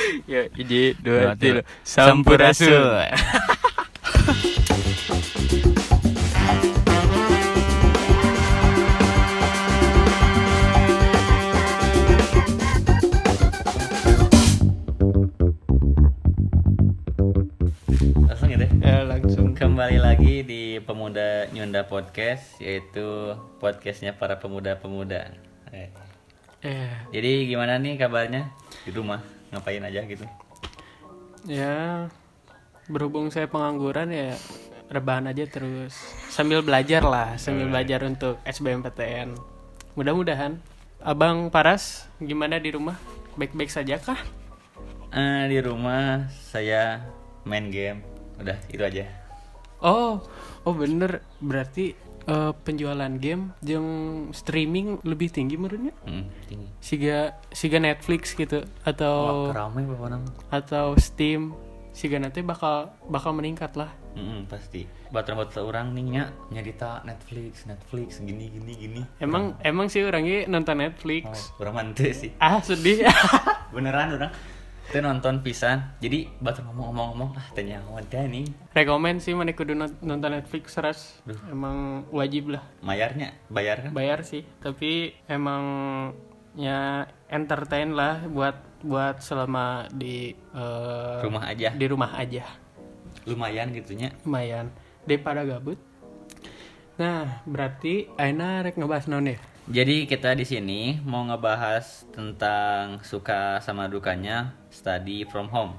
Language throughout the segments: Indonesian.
Ya, iji, dua, tiga. Sampurasun. Langsung ya deh. Ya, langsung. Kembali lagi di Pemuda Nyunda Podcast, yaitu podcastnya para pemuda-pemuda. Jadi gimana nih kabarnya di rumah? Ngapain aja gitu? Ya, berhubung saya pengangguran ya rebahan aja terus. Sambil belajar lah, sambil belajar untuk SBMPTN. Mudah-mudahan. Abang Paras, gimana di rumah? Baik-baik saja kah? Di rumah saya main game. Udah itu aja. Oh bener. Berarti penjualan game yang streaming lebih tinggi menurutnya? Tinggi. Siga Netflix gitu atau Ramai bapak atau Steam, siga nanti bakal meningkat lah. Pasti. Batu orang nih nyarita Netflix gini. Emang sih orangnya nonton Netflix. Orang mantep sih. Sedih. Beneran orang. Itu nonton pisan. Jadi batu ngomong tanya wadah nih. Rekomen sih mana kudu nonton Netflix ras. Emang wajib lah. Bayar kan? Bayar sih, tapi emang ya entertain lah buat selama di Rumah aja. Di rumah aja. Lumayan gitunya. Lumayan daripada gabut. Nah, berarti aina rek ngebahas naon ya? Jadi kita di sini mau ngebahas tentang suka sama dukanya study from home.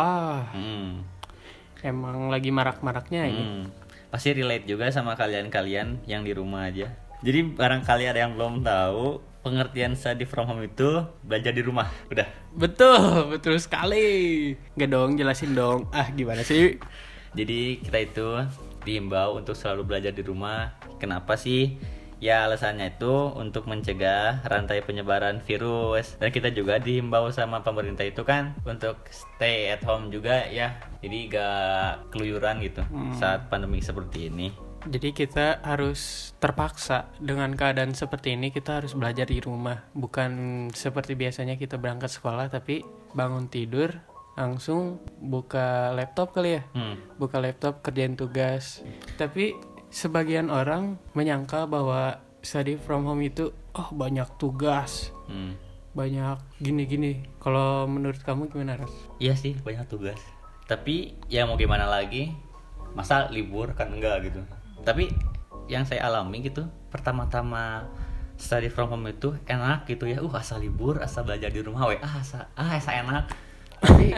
Emang lagi marak-maraknya ini. Pasti relate juga sama kalian-kalian yang di rumah aja. Jadi barangkali ada yang belum tahu pengertian study from home itu belajar di rumah. Udah. Betul sekali. Nggak dong, jelasin dong. Gimana sih? Jadi kita itu diimbau untuk selalu belajar di rumah. Kenapa sih? Ya alasannya itu untuk mencegah rantai penyebaran virus. Dan kita juga dihimbau sama pemerintah itu kan untuk stay at home juga ya. Jadi gak keluyuran gitu saat pandemi seperti ini. Jadi kita harus terpaksa dengan keadaan seperti ini, kita harus belajar di rumah. Bukan seperti biasanya kita berangkat sekolah tapi bangun tidur langsung buka laptop kali ya. Buka laptop kerjain tugas. Tapi sebagian orang menyangka bahwa study from home itu banyak tugas, banyak gini-gini. Kalau menurut kamu gimana, Ras? Iya sih banyak tugas. Tapi ya mau gimana lagi? Masa libur kan enggak gitu. Tapi yang saya alami gitu, pertama-tama study from home itu enak gitu ya. Asa libur, asa belajar di rumah asa enak. Tapi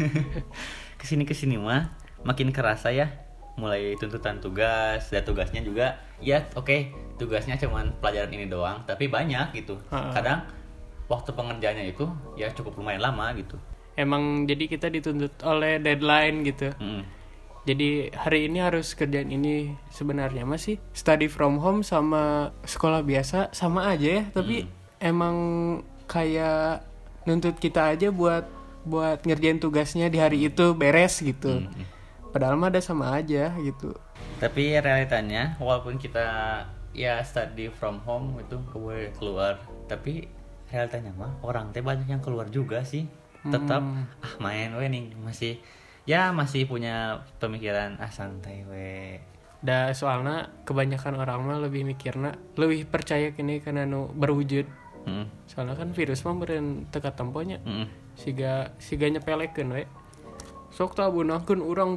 kesini mah makin kerasa ya. Mulai tuntutan tugas, dan tugasnya juga ya tugasnya cuman pelajaran ini doang, tapi banyak gitu. Kadang waktu pengerjaannya itu ya cukup lumayan lama gitu. Emang jadi kita dituntut oleh deadline gitu. Jadi hari ini harus kerjain ini. Sebenarnya masih study from home sama sekolah biasa sama aja ya, tapi emang kayak nuntut kita aja buat ngerjain tugasnya di hari itu beres gitu. Padahal mah ada sama aja gitu. Tapi realitanya walaupun kita ya study from home itu keluar, tapi realitanya mah orang teh banyak yang keluar juga sih. Tetap main nih masih punya pemikiran santai we. Da soalnya kebanyakan orang mah lebih mikirna, lebih percaya kini karena berwujud. Soalnya kan virus mah beureun teka temponya. Siga nyepelekeun we. Sok tak bunakeun urang.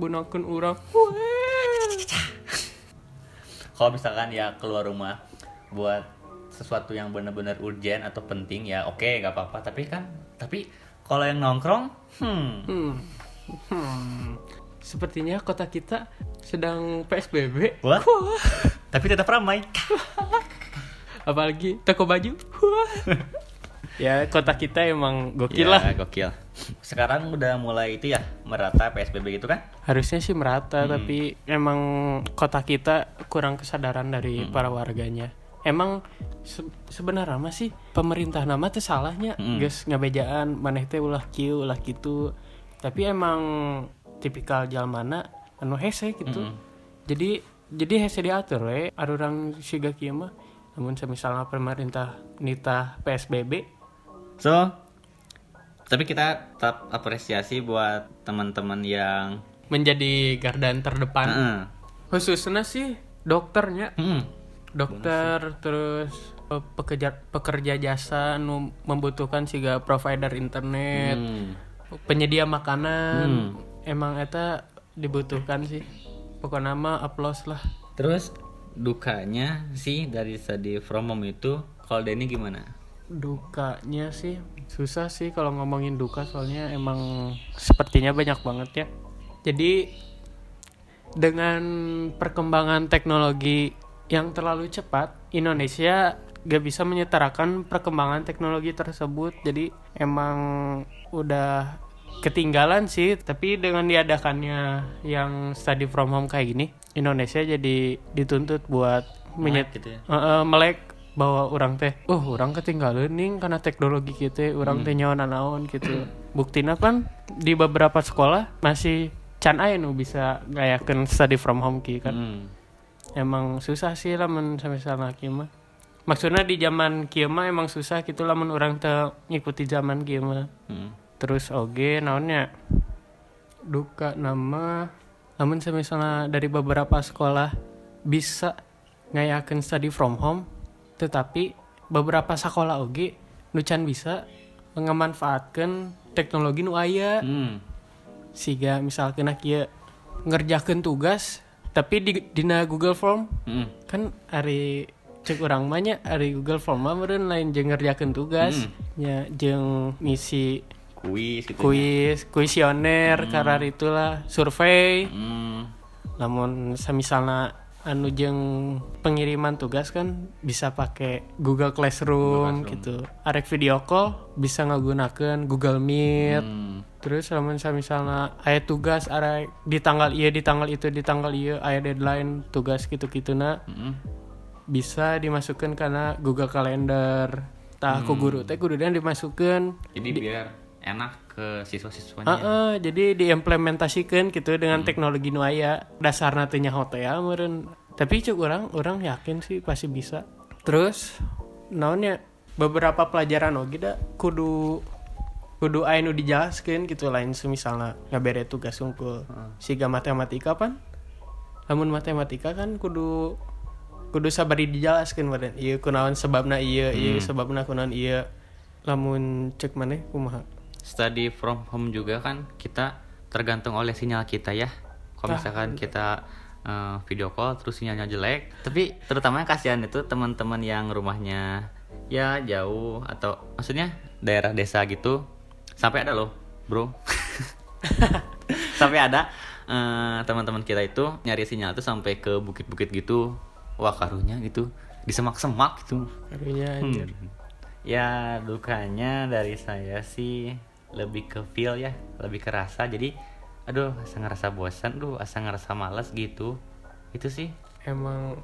Kalau misalkan ya keluar rumah buat sesuatu yang benar-benar urgent atau penting ya oke, gak apa-apa. Tapi kalau yang nongkrong sepertinya kota kita sedang PSBB. Wah. Tapi tetap ramai. Apalagi toko baju. Ya kota kita emang gokil lah. Gokil. Sekarang udah mulai itu ya merata PSBB gitu kan? Harusnya sih merata, tapi emang kota kita kurang kesadaran dari para warganya. Emang sebenarnya mah sih pemerintah nama teh salahnya, geus ngabejaan maneh teh ulah kieu ulah kitu. Tapi emang tipikal jalmana anu hese gitu. Jadi hese diatur we arurang siga kieu mah. Namun misalnya pemerintah nitah PSBB, so Tapi kita tetap apresiasi buat teman-teman yang menjadi garda terdepan. Khususnya sih dokternya. Dokter terus pekerja jasa nu membutuhkan siga provider internet, penyedia makanan. Emang eta dibutuhkan sih. Pokoknya mah applause lah. Terus dukanya sih dari study from home itu, kalau Denny gimana? Dukanya sih susah sih kalau ngomongin duka, soalnya emang sepertinya banyak banget ya. Jadi dengan perkembangan teknologi yang terlalu cepat, Indonesia gak bisa menyetarakan perkembangan teknologi tersebut. Jadi emang udah ketinggalan sih. Tapi dengan diadakannya yang study from home kayak gini, Indonesia jadi dituntut buat gitu ya? melek bahwa orang teh orang ketinggalan nih karena teknologi kita, orang teh nyawa naon gitu. Buktinya kan di beberapa sekolah masih can aya nu bisa ngayakeun study from home ki kan. Emang susah sih lamun misalnya kieu mah. Maksudnya di zaman kieu mah emang susah gitu lamun orang teh ngikuti zaman kieu mah. Terus oge naonnya duka nama lamun misalnya dari beberapa sekolah bisa ngayakeun study from home, tetapi beberapa sekolah oge nu can bisa ngamanfaatkeun teknologi nu aya. Siga misalkan kieu ngerjakeun tugas tapi dina Google Form. Kan ari cek urang mah nya ari Google Form mah meureun lain jeung ngerjakeun tugas nya jeung ngisi kuesioner karar itulah survei. Namun semisalna anu jeung pengiriman tugas kan bisa pakai Google Classroom gitu. Arek video call bisa ngagunakeun Google Meet. Terus lamun misalnya aya tugas arek di tanggal ieu aya deadline tugas kitu-kituna. Bisa dimasukkan karena Google Calendar. Tah ku guru teh kudunya dimasukkan. Jadi biar enak ke siswa-siswanya. Jadi diimplementasikan gitu dengan teknologi nu aya. Dasarna teh nyaho teh meureun. Tapi cuk urang yakin sih pasti bisa. Terus naonnya beberapa pelajaran oge da kudu aya nu dijelaskeun gitu, lain semisalna ngabere tugas unggul. Siga matematika pan. Lamun matematika kan kudu sabari dijelaskeun badan. Ieu kunaon sebabna ieu sebabna kunaon ieu. Lamun cek maneh kumaha? Study from home juga kan kita tergantung oleh sinyal kita ya. Kalau misalkan kita video call terus sinyalnya jelek, tapi terutama kasihan itu teman-teman yang rumahnya ya jauh atau maksudnya daerah desa gitu. Sampai ada loh, bro. Sampai ada teman-teman kita itu nyari sinyal tuh sampai ke bukit-bukit gitu. Wah, karunya gitu, di semak-semak gitu. Karunya anjir. Ya, dukanya dari saya sih lebih ke feel ya, lebih kerasa. Jadi asa ngerasa bosan, asa ngerasa malas gitu. Itu sih. Emang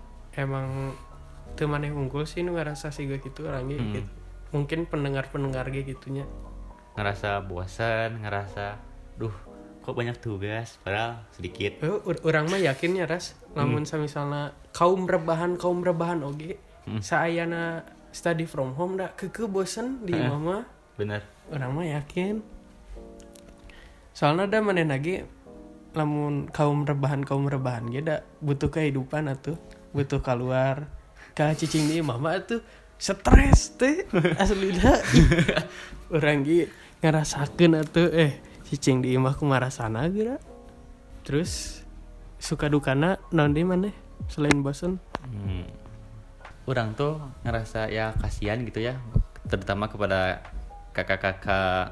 teu maneh unggul sih nu ngerasa siga gitu orangnya gitu. Mungkin pendengar-pendengar ge gitunya. Ngerasa bosan, ngerasa kok banyak tugas padahal sedikit. Urang mah yakinnya ras lamun samisalna kaum rebahan oge saayana study from home da keke bosen di imah mah. Bener. Urang mah yakin. Soalnya da manehna ge lamun kaum rebahan ge da butuh kehidupan atuh, butuh keluar. Ka cicing di imah mah atuh stres teh aslina. Urang ge ngarasakeun atuh cicing di imah kumarasana geura. Terus suka dukana naon di maneh selain bosen? Urang tuh ngerasa ya kasihan gitu ya, terutama kepada kakak-kakak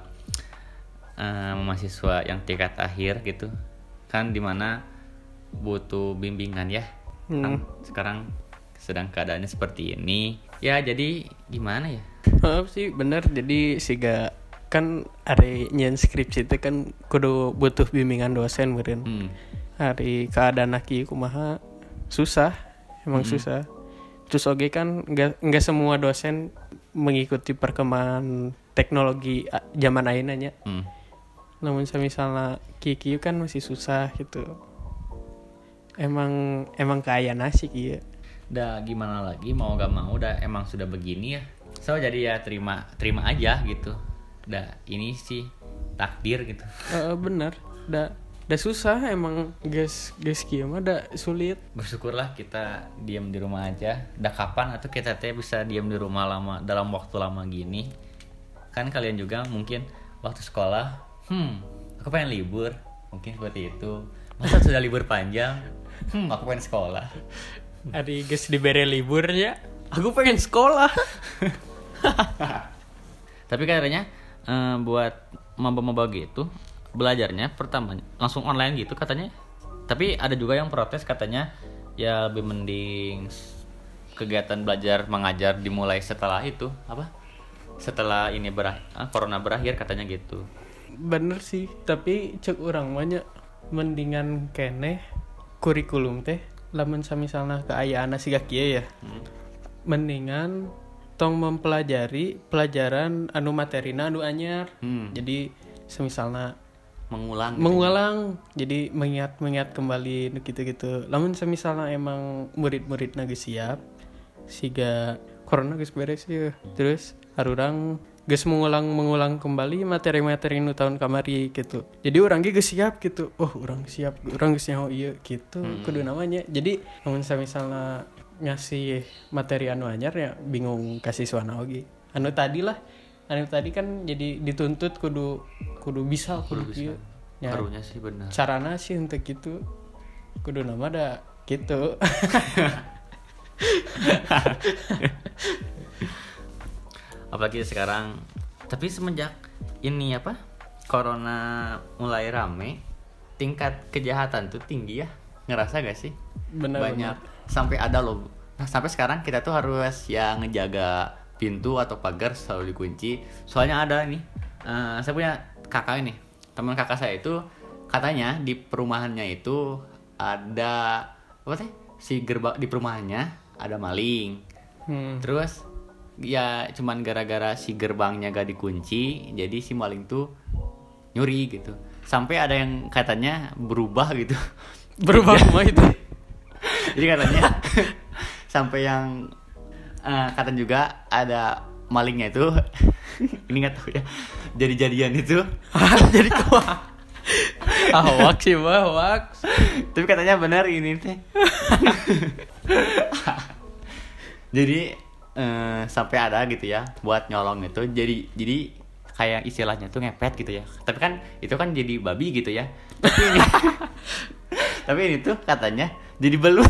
mahasiswa yang tingkat akhir gitu. Kan dimana butuh bimbingan ya. Sekarang sedang keadaannya seperti ini. Ya jadi gimana ya? Sih bener, jadi siga kan hari nyen skripsi itu kan kudu butuh bimbingan dosen meureun. Hari keadaan aki kumaha susah, emang susah. Terus oge kan enggak semua dosen mengikuti perkembangan teknologi zaman ayeuna nya. Namun misalnya kieu kan masih susah gitu. Emang kaaya nasi kieu. Dah gimana lagi, mau gak mau dah emang sudah begini ya. So jadi ya terima aja gitu. Dah ini sih takdir gitu. Bener, da susah emang guys kieu mah da sulit. Bersyukurlah kita diam di rumah aja. Dah kapan atau kita teh bisa diam di rumah lama dalam waktu lama gini? Kan kalian juga mungkin waktu sekolah, aku pengen libur, mungkin seperti itu. Masa sudah libur panjang, aku pengen sekolah. Ari geus dibere libur ya, aku pengen sekolah. Tapi katanya buat maba-maba gitu belajarnya pertamanya langsung online gitu katanya. Tapi ada juga yang protes katanya ya lebih mending kegiatan belajar mengajar dimulai setelah itu apa? Setelah ini corona berakhir katanya gitu. Bener sih, tapi cek urang mah nya mendingan keneh kurikulum teh lamun samisalna keayaana siga kieu ya. Mendingan tong mempelajari pelajaran anu materina anu anyar. Jadi semisalna mengulang jadi mengingat kembali gitu-gitu. Lamun semisalna emang murid-muridna geus siap siga corona geus beres ya. Terus harurang geus mengulang kembali materi-materi nu tahun kamari gitu. Jadi urang ge geus siap gitu. Oh, urang siap, urang geus nyaho ieu gitu. Kudu namanya. Jadi lamun samisalna ngasih materi anu anyar ya bingung kasih siswana oge. Anu tadi kan jadi dituntut kudu bisa kieu. Ya, Karunya sih benar. Carana sih untuk gitu. Kudu nama da gitu. Apalagi sekarang. Tapi semenjak ini apa? Corona mulai rame, tingkat kejahatan tuh tinggi ya. Ngerasa gak sih? Banyak. Sampai ada loh. Nah, sampai sekarang kita tuh harus ya ngejaga pintu atau pagar selalu dikunci. Soalnya ada nih. Saya punya kakak ini. Teman kakak saya itu katanya di perumahannya itu ada apa sih? Si gerbang di perumahannya ada maling. Terus ya cuman gara-gara si gerbangnya gak dikunci, jadi si maling tuh nyuri gitu. Sampai ada yang katanya berubah gitu. Berubah semua itu. Jadi katanya sampai yang katanya juga ada malingnya itu ini nggak tahu ya jadi-jadian itu jadi kuah hoax sih hoax. Tapi katanya benar ini teh. Jadi sampai ada gitu ya buat nyolong itu jadi kayak istilahnya tuh ngepet gitu ya. Tapi kan itu kan jadi babi gitu ya. Tapi ini tuh katanya jadi belut.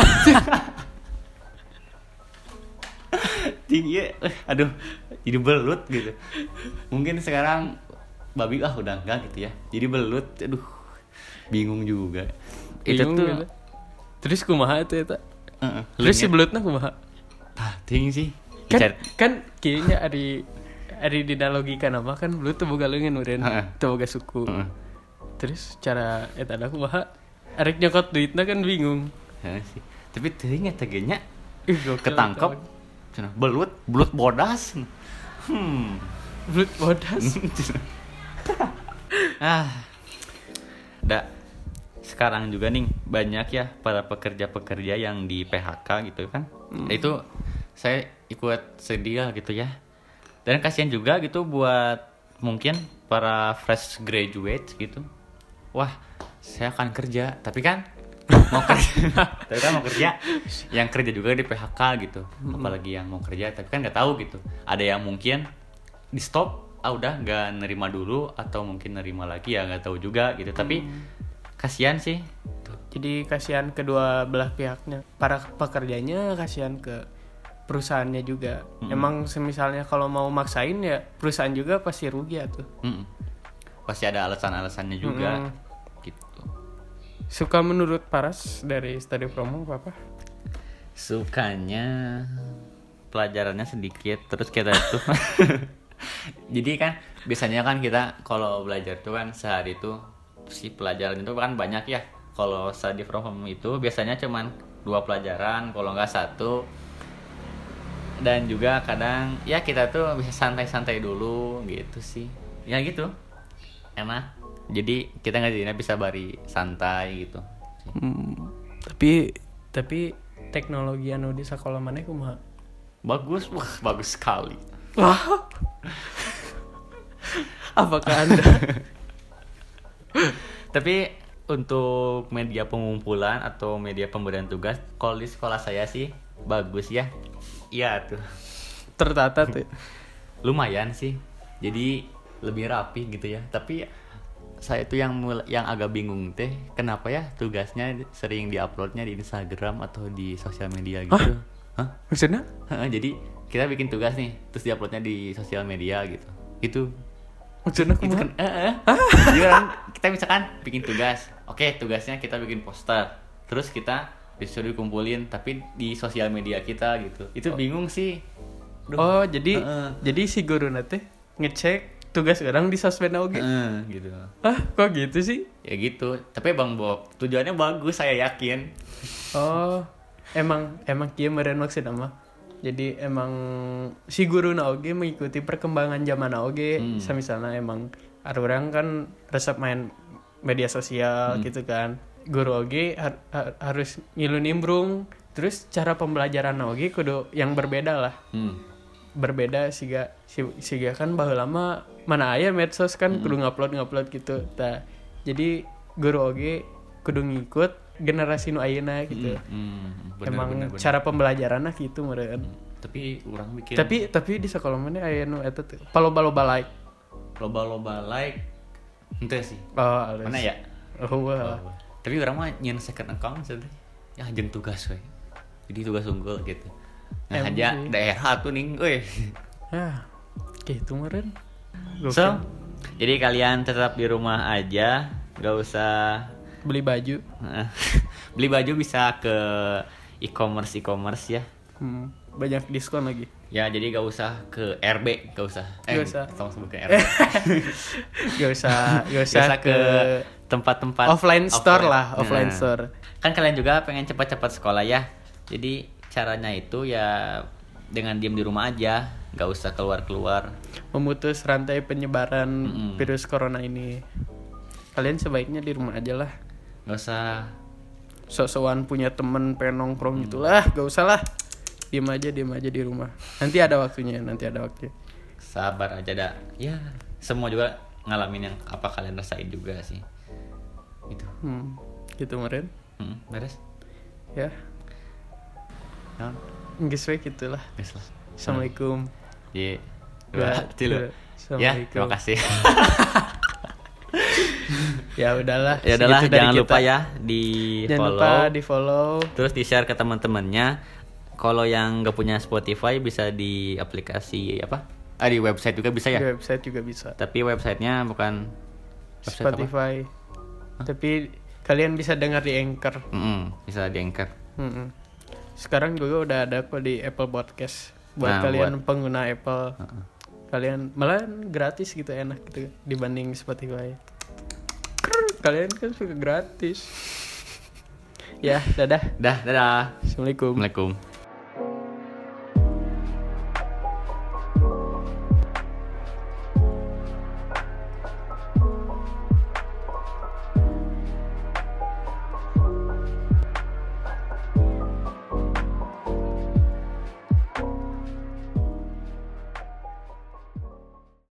Tinggi, aduh, jadi belut gitu. Mungkin sekarang babi udah enggak gitu ya. Jadi belut, aduh, bingung juga. Bingung itu tuh. Gitu. Terus kumaha itu eta? Terus si belutna kumaha? Ting sih. Kan kayaknya ari dina logika nama kan belut teu boga leungeun ureun, teu boga suku. Terus cara eta da kumaha? Arek nyokot duitna kan bingung. Heeh sih. Tapi teuing eta ge nya ketangkep. Belut bodas. Belut bodas. Sekarang juga nih banyak ya para pekerja-pekerja yang di PHK gitu kan. Itu saya ikut sedih gitu ya. Dan kasihan juga gitu buat mungkin para fresh graduate gitu. Wah, saya akan kerja, tapi kan mau kerja yang kerja juga di PHK gitu. Apalagi yang mau kerja tapi kan nggak tahu gitu, ada yang mungkin di stop udah nggak nerima dulu atau mungkin nerima lagi ya nggak tahu juga gitu. Tapi kasihan sih, jadi kasihan kedua belah pihaknya, para pekerjanya kasihan ke perusahaannya juga. Emang semisalnya kalau mau maksain ya perusahaan juga pasti rugi atuh. Pasti ada alasan-alasannya juga. Suka menurut Paras dari Study Promo apa? Sukanya pelajarannya sedikit, terus kita tuh jadi kan biasanya kan kita kalau belajar tuh kan sehari tuh si pelajaran itu kan banyak ya. Kalau Study Promo itu biasanya cuman 2 pelajaran, kalau nggak 1. Dan juga kadang ya kita tuh bisa santai-santai dulu gitu sih. Ya gitu. Enak. Jadi kita ngajinnya bisa bari santai gitu. Tapi teknologi anu di sekolah mana kumaha? Bagus sekali. Apakah Anda? Tapi untuk media pengumpulan atau media pemberian tugas, kalau di sekolah saya sih bagus ya. Iya tuh. Tertata tuh. Lumayan sih. Jadi lebih rapi gitu ya. Tapi saya tuh yang agak bingung teh, kenapa ya tugasnya sering diuploadnya di Instagram atau di sosial media gitu. Hah? Maksudnya? Jadi kita bikin tugas nih, terus diuploadnya di sosial media gitu. Itu Maksudnya itu kumaha? kan jadi kan kita misalkan bikin tugas. Oke, tugasnya kita bikin poster. Terus kita disuruh dikumpulin tapi di sosial media kita gitu. Itu bingung sih. Duh. Oh, jadi si guru teh ngecek tugas orang di sosmed oge. Gitu. Ah, kok gitu sih? Ya gitu. Tapi Bang Bob, tujuannya bagus, saya yakin. Oh, emang kieu meureun maksudna mah. Jadi emang si guru oge mengikuti perkembangan zaman oge. Misalnya emang ada orang kan resep main media sosial gitu kan. Guru oge harus ngilu nimbrung. Terus cara pembelajaran oge kudu yang berbeda lah. Berbeda siga kan baheula lama mana aya medsos kan kudu ngupload gitu. Tah, jadi guru oge kudu ngikut generasi nu ayeuna gitu. Bener. Cara pembelajaranna gitu meureun. Tapi orang mikir Tapi di sekolah mana aya nu eta teh. Loba like. Loba like henteu sih. Oh, alus. Mana ya? Oh, wah. Tapi orang mah nyen second account sebenarnya. Ya jeung tugas we. Jadi tugas unggul gitu. Nah, aja daerah tuh ning euy. Ah, gitu meureun. So, jadi kalian tetap di rumah aja, gak usah beli baju. Beli baju bisa ke e-commerce ya. Banyak diskon lagi. Ya, jadi gak usah ke RB, gak usah. Gak usah. Tolong sebut ke RB. Gak usah ke tempat-tempat offline store lah, offline Nah, store. Kan kalian juga pengen cepat-cepat sekolah ya. Jadi caranya itu ya dengan diam di rumah aja, gak usah keluar-keluar. Memutus rantai penyebaran virus corona ini. Kalian sebaiknya di rumah aja lah. Gak usah Sok-sokan punya temen pengen nongkrong gitulah, gak usah lah. Diem aja di rumah. Nanti ada waktunya. Sabar aja dah. Ya, semua juga ngalamin yang apa kalian rasain juga sih. Gitu. Gitu meren. Beres? Ya. Nah, Geus we gitulah. beres lah. Assalamualaikum. Iya. Dua. Ya, terima kasih. Ya udahlah. Ya udahlah, segitu dari jangan kita. lupa ya Jangan lupa di follow. Terus di share ke teman-temannya. Kalau yang gak punya Spotify bisa di aplikasi apa? Di website juga bisa ya? Di website juga bisa. Tapi websitenya bukan website Spotify. Tapi kalian bisa dengar di Anchor. Bisa di Anchor. Sekarang juga udah ada kok di Apple Podcast. Buat kalian pengguna Apple. Kalian malah gratis gitu, enak gitu dibanding Spotify. Kalian kan suka gratis. Ya, dadah. Dadah. Assalamualaikum. Assalamualaikum.